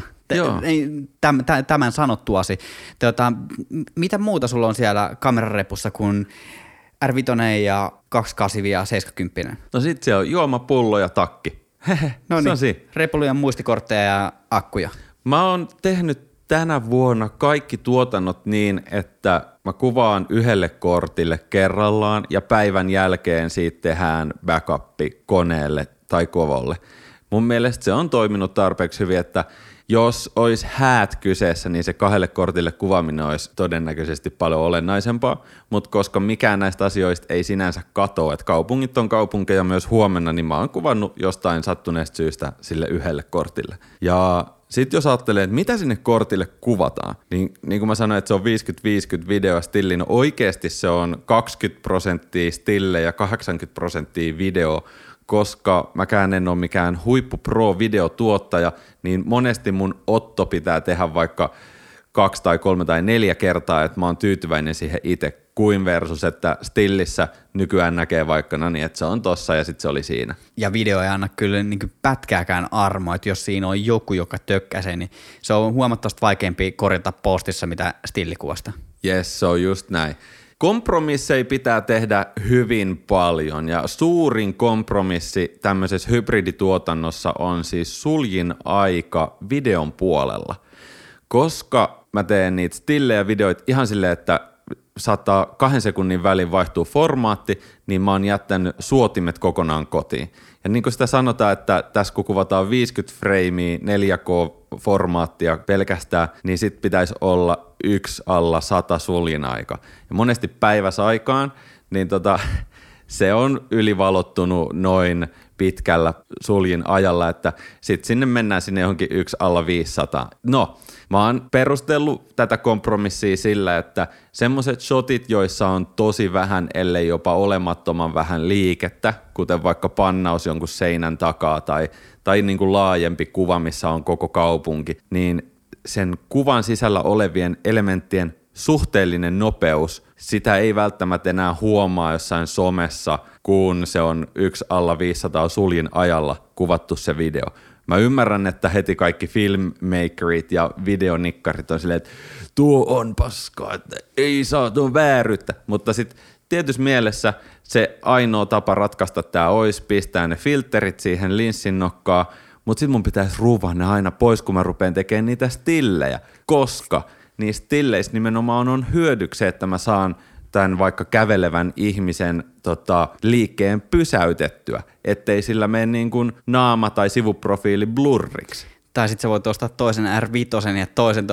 Tämän sanottuasi. Mitä muuta sulla on siellä kamerarepussa kuin R5 ja 28 ja 70? No sit siellä on juomapullo ja takki. No niin, repulia, muistikortteja ja akkuja. Mä oon tehnyt tänä vuonna kaikki tuotannot niin, että mä kuvaan yhdelle kortille kerrallaan ja päivän jälkeen siitä tehdään backupi koneelle tai kovolle. Mun mielestä se on toiminut tarpeeksi hyvin, että jos olisi häät kyseessä, niin se 2 kortille kuvaaminen olisi todennäköisesti paljon olennaisempaa, mutta koska mikään näistä asioista ei sinänsä katoa, että kaupungit on kaupunkeja myös huomenna, niin mä oon kuvannut jostain sattuneesta syystä sille 1 kortille. Ja sitten jos ajattelee, että mitä sinne kortille kuvataan, niin kuin mä sanoin, että se on 50-50 video stilli, no oikeasti se on 20% stille ja 80% video, koska mäkään en ole mikään huippu pro-videotuottaja, niin monesti mun otto pitää tehdä vaikka 2 tai 3 tai 4 kertaa, että mä oon tyytyväinen siihen itse, kuin versus, että stillissä nykyään näkee vaikka, no niin, että se on tossa ja sitten se oli siinä. Ja video ei anna kyllä niin kuin pätkääkään armoa, että jos siinä on joku, joka tökkäsee, niin se on huomattavasti vaikeampi korjata postissa mitä stillikuvasta. Jes, se on just näin. Kompromisseja pitää tehdä hyvin paljon ja suurin kompromissi tämmöisessä hybridituotannossa on siis suljin aika videon puolella, koska mä teen niitä stillejä videoita ihan silleen, että saattaa 2 sekunnin väliin vaihtuu formaatti, niin mä oon jättänyt suotimet kokonaan kotiin. Ja niin kuin sitä sanotaan, että tässä kun kuvataan 50 freimiä 4K-formaattia pelkästään, niin sit pitäisi olla 1 alla 100 suljin aika. Ja monesti päiväsaikaan, niin se on ylivalottunut noin pitkällä suljin ajalla, että sitten sinne mennään sinne johonkin 1 alla 500. No, mä oon perustellut tätä kompromissia sillä, että semmoiset shotit, joissa on tosi vähän, ellei jopa olemattoman vähän liikettä, kuten vaikka pannaus jonkun seinän takaa tai niin kuin laajempi kuva, missä on koko kaupunki, niin sen kuvan sisällä olevien elementtien suhteellinen nopeus, sitä ei välttämättä enää huomaa jossain somessa, kun se on 1 alla 500 suljin ajalla kuvattu se video. Mä ymmärrän, että heti kaikki filmmakerit ja videonikkarit on silleen, että tuo on paskaa, että ei saa tuon vääryyttä, mutta sitten tietyssä mielessä se ainoa tapa ratkaista tämä olisi pistää ne filterit siihen linssin nokkaan, mutta sitten mun pitäisi ruuvaa ne aina pois, kun mä rupean tekemään niitä stillejä, koska niissä stilleissä nimenomaan on hyödyksi, että mä saan tämän vaikka kävelevän ihmisen liikkeen pysäytettyä, ettei sillä mene niin kuin naama tai sivuprofiili blurriksi. Tai sitten sä voit ostaa toisen R5 ja toisen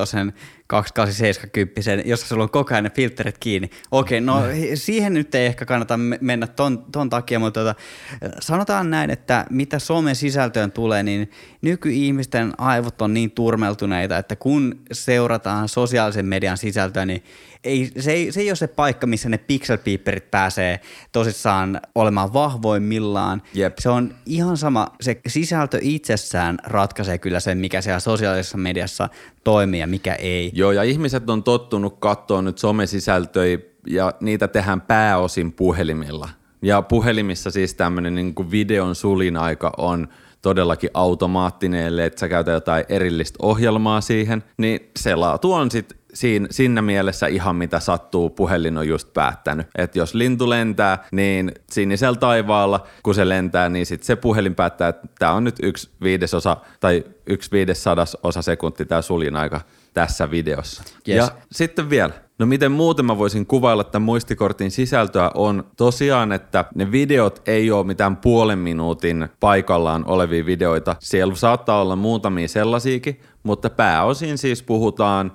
2870, jossa sulla on koko ajan ne filterit kiinni. Okei, no siihen nyt ei ehkä kannata mennä ton takia, mutta sanotaan näin, että mitä somen sisältöön tulee, niin nykyihmisten aivot on niin turmeltuneita, että kun seurataan sosiaalisen median sisältöä, niin se ei ole se paikka, missä ne pixel-piipperit pääsee tosissaan olemaan vahvoimmillaan. Jep. Se on ihan sama, se sisältö itsessään ratkaisee kyllä sen, mikä siellä sosiaalisessa mediassa toimii ja mikä ei. Joo, ja ihmiset on tottunut katsoa nyt somesisältöjä ja niitä tehdään pääosin puhelimilla. Ja puhelimissa siis tämmöinen niin kuin videon sulinaika on todellakin automaattinen, ellei että sä käytä jotain erillistä ohjelmaa siihen, niin se laatu on sitten siinä mielessä ihan mitä sattuu, puhelin on just päättänyt. Että jos lintu lentää, niin sinisellä taivaalla, kun se lentää, niin sitten se puhelin päättää, että tämä on nyt 1/5 tai 1/500 sekunti tämä suljinaika tässä videossa. Yes. Ja sitten vielä, no miten muuten mä voisin kuvailla tämän muistikortin sisältöä on tosiaan, että ne videot ei ole mitään 0,5 minuutin paikallaan olevia videoita. Siellä saattaa olla muutamia sellaisiakin, mutta pääosin siis puhutaan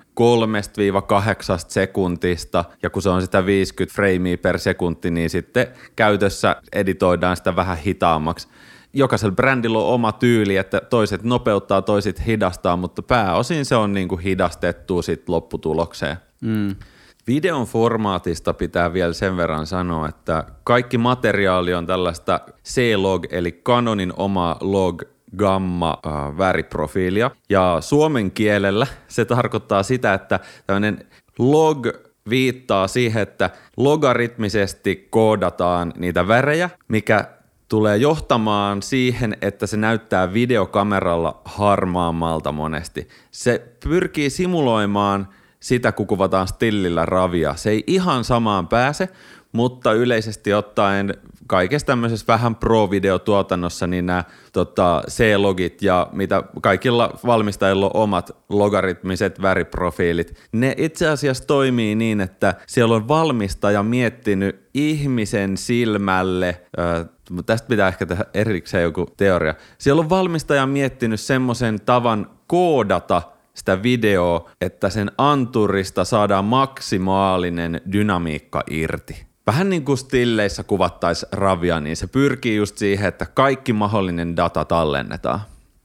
3-8 sekuntista, ja kun se on sitä 50 freimiä per sekunti, niin sitten käytössä editoidaan sitä vähän hitaammaksi. Jokaisella brändillä on oma tyyli, että toiset nopeuttaa, toiset hidastaa, mutta pääosin se on niin kuin hidastettu sit lopputulokseen. Videon formaatista pitää vielä sen verran sanoa, että kaikki materiaali on tällaista C-Log, eli Canonin oma log gamma väriprofiilia. Ja suomen kielellä se tarkoittaa sitä, että tämmöinen log viittaa siihen, että logaritmisesti koodataan niitä värejä, mikä tulee johtamaan siihen, että se näyttää videokameralla harmaammalta monesti. Se pyrkii simuloimaan sitä, kun kuvataan stillillä ravia. Se ei ihan samaan pääse, mutta yleisesti ottaen kaikessa tämmöisessä vähän pro-videotuotannossa niin nämä C-logit ja mitä kaikilla valmistajilla on omat logaritmiset väriprofiilit, ne itse asiassa toimii niin, että siellä on valmistaja miettinyt ihmisen silmälle, tästä pitää ehkä tehdä erikseen joku teoria, siellä on valmistaja miettinyt semmoisen tavan koodata sitä videoa, että sen anturista saadaan maksimaalinen dynamiikka irti. Vähän niin kuin stilleissä kuvattaisiin ravia, niin se pyrkii just siihen, että kaikki mahdollinen data tallennetaan.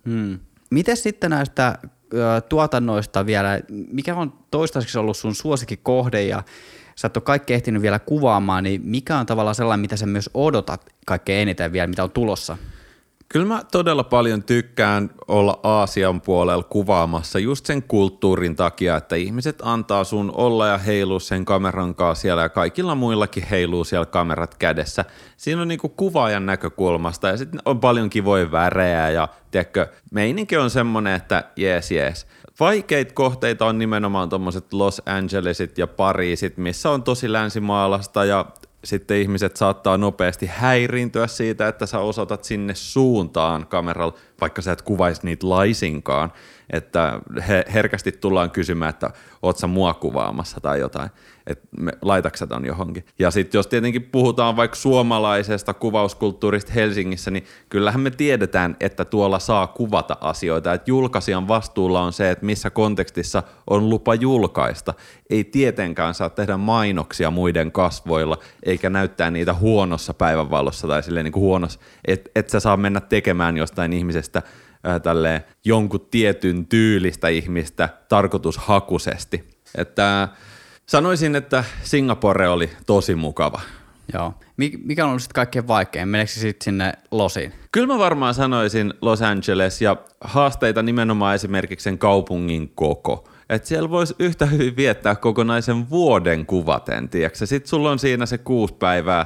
Miten sitten näistä tuotannoista vielä, mikä on toistaiseksi ollut sun suosikkikohde ja sä et ole kaikki ehtinyt vielä kuvaamaan, niin mikä on tavallaan sellainen, mitä sä myös odotat kaikkein eniten vielä, mitä on tulossa? Kyllä mä todella paljon tykkään olla Aasian puolella kuvaamassa just sen kulttuurin takia, että ihmiset antaa sun olla ja heilua sen kameran kanssa siellä ja kaikilla muillakin heiluu siellä kamerat kädessä. Siinä on niinku kuvaajan näkökulmasta ja sitten on paljon kivoja värejä ja tiedätkö, meininki on semmoinen, että jees. Vaikeita kohteita on nimenomaan tommoset Los Angelesit ja Pariisit, missä on tosi länsimaalasta ja sitten ihmiset saattaa nopeasti häiriintyä siitä, että sä osoitat sinne suuntaan kameralla. vaikka sä et kuvaisi niitä laisinkaan, että herkästi tullaan kysymään, että oot sä mua kuvaamassa tai jotain, että laitatko ton johonkin. Ja sitten jos tietenkin puhutaan vaikka suomalaisesta kuvauskulttuurista Helsingissä, niin kyllähän me tiedetään, että tuolla saa kuvata asioita, että julkaisijan vastuulla on se, että missä kontekstissa on lupa julkaista. Ei tietenkään saa tehdä mainoksia muiden kasvoilla, eikä näyttää niitä huonossa päivänvalossa tai silleen niin kuin huonossa, et sä saa mennä tekemään jostain ihmisestä tälleen jonkun tietyn tyylistä ihmistä tarkoitushakuisesti. Että sanoisin, että Singapore oli tosi mukava. Joo. Mikä on ollut sitten kaikkein vaikein? Meneekö sitten sinne Losiin? Kyllä mä varmaan sanoisin Los Angeles ja haasteita nimenomaan esimerkiksi sen kaupungin koko. Että siellä voisi yhtä hyvin viettää kokonaisen vuoden kuvaten, tiedätkö? Sitten sulla on siinä se 6 päivää,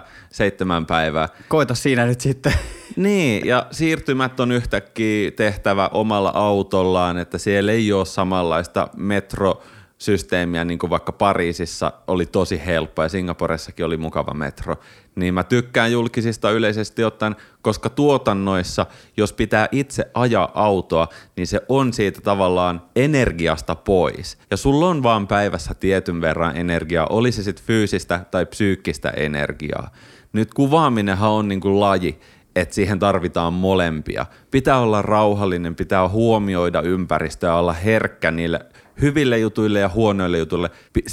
7 päivää. Koita siinä nyt sitten. Niin, ja siirtymät on yhtäkkiä tehtävä omalla autollaan, että siellä ei ole samanlaista metrosysteemiä, niin kuin vaikka Pariisissa oli tosi helppo ja Singaporessakin oli mukava metro. Niin mä tykkään julkisista yleisesti ottaen, koska tuotannoissa, jos pitää itse ajaa autoa, niin se on siitä tavallaan energiasta pois. Ja sulla on vaan päivässä tietyn verran energiaa, oli se sitten fyysistä tai psyykkistä energiaa. Nyt kuvaaminenhan on niin kuin laji, että siihen tarvitaan molempia. Pitää olla rauhallinen, pitää huomioida ympäristöä, olla herkkä niille hyville jutuille ja huonoille jutuille.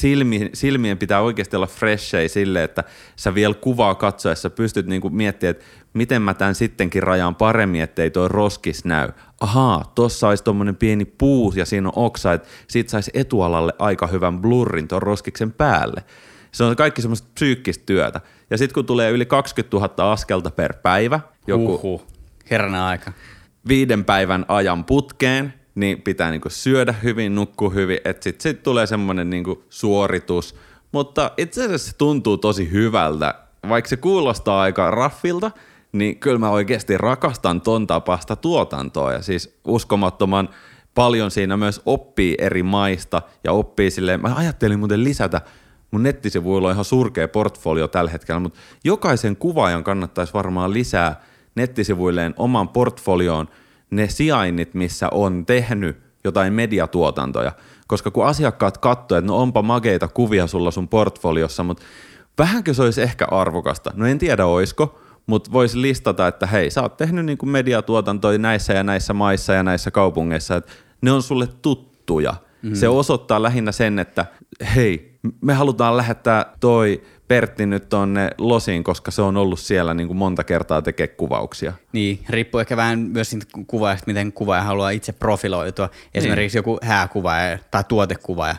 Silmien pitää oikeasti olla freshei sille, että sä vielä kuvaa katsoessa pystyt niinku miettimään, että miten mä tämän sittenkin rajaan paremmin, ettei toi roskis näy. Ahaa, tossa olisi tommonen pieni puu ja siinä on oksa, että siitä saisi etualalle aika hyvän blurrin ton roskiksen päälle. Se on kaikki semmoista psyykkistä työtä. Ja sitten kun tulee yli 20 000 askelta per päivä, joku herranen aika, 5 päivän ajan putkeen, niin pitää niinku syödä hyvin, nukkua hyvin, että sitten sit tulee semmoinen niinku suoritus. Mutta itse asiassa se tuntuu tosi hyvältä. Vaikka se kuulostaa aika raffilta, niin kyllä mä oikeasti rakastan ton tapasta tuotantoa. Ja siis uskomattoman paljon siinä myös oppii eri maista ja oppii silleen, mä ajattelin muuten lisätä, mun nettisivuilla on ihan surkea portfolio tällä hetkellä, mutta jokaisen kuvaajan kannattaisi varmaan lisää nettisivuilleen oman portfolioon ne sijainnit, missä on tehnyt jotain mediatuotantoja. Koska kun asiakkaat katsoo, että no onpa makeita kuvia sulla sun portfoliossa, mutta vähänkö se olisi ehkä arvokasta? No en tiedä oisko, mutta voisi listata, että hei, sä oot tehnyt niin kuin mediatuotantoja näissä ja näissä maissa ja näissä kaupungeissa, että ne on sulle tuttuja. Se osoittaa lähinnä sen, että hei, me halutaan lähettää toi Pertti nyt tonne Losiin, koska se on ollut siellä niin kuin monta kertaa tekee kuvauksia. Niin, riippuu ehkä vähän myös siitä kuvaajasta, miten kuvaaja haluaa itse profiloitua. Esimerkiksi joku hääkuvaaja tai tuotekuvaaja,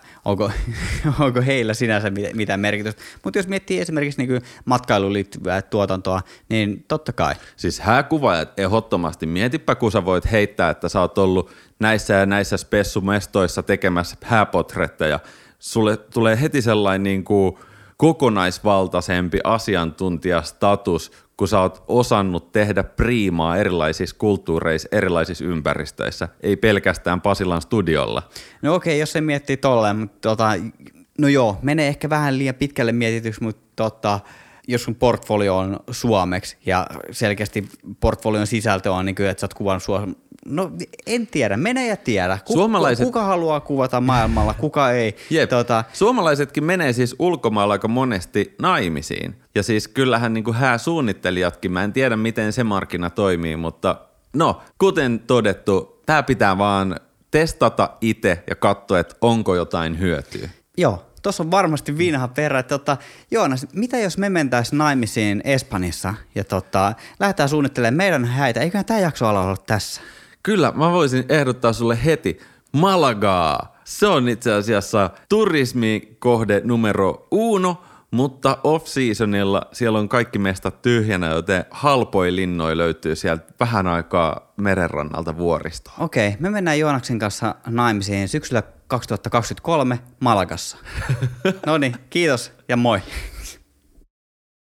onko heillä sinänsä mitään merkitystä. Mutta jos miettii esimerkiksi niin kuin matkailuun liittyvää tuotantoa, niin totta kai. Siis hääkuvaajat ehdottomasti. Mietipä, kun sä voit heittää, että sä oot ollut näissä ja näissä spessumestoissa tekemässä hääpotretteja. Sulle tulee heti sellainen niin kuin kokonaisvaltaisempi asiantuntijastatus, kun sä oot osannut tehdä priimaa erilaisissa kulttuureissa, erilaisissa ympäristöissä, ei pelkästään Pasilan studiolla. No okei, jos se miettii tolleen, mutta no joo, menee ehkä vähän liian pitkälle mietityksi, mutta jos sun portfolio on suomeksi ja selkeästi portfolion sisältö on niin kuin, että sä oot kuvannut no en tiedä, mene ja tiedä. Kuka haluaa kuvata maailmalla, kuka ei. Jep. Suomalaisetkin menee siis ulkomailla aika monesti naimisiin. Ja siis kyllähän niin kuin hääsuunnittelijatkin, mä en tiedä miten se markkina toimii, mutta no, kuten todettu, tää pitää vaan testata itse ja katsoa, että onko jotain hyötyä. Joo. Tuossa on varmasti vinha perä. Joonas, mitä jos me mentäisiin naimisiin Espanjassa ja lähdetään suunnittelemaan meidän häitä? Eiköhän tämä jakso ala olla tässä? Kyllä, mä voisin ehdottaa sulle heti Malagaa. Se on itse asiassa turismikohde numero 1, mutta off-seasonilla siellä on kaikki mestat tyhjänä, joten halpoja linnoja löytyy sieltä vähän aikaa merenrannalta vuoristoon. Okei, me mennään Joonaksen kanssa naimisiin syksyllä 2023 Malagassa. Noniin, kiitos ja moi.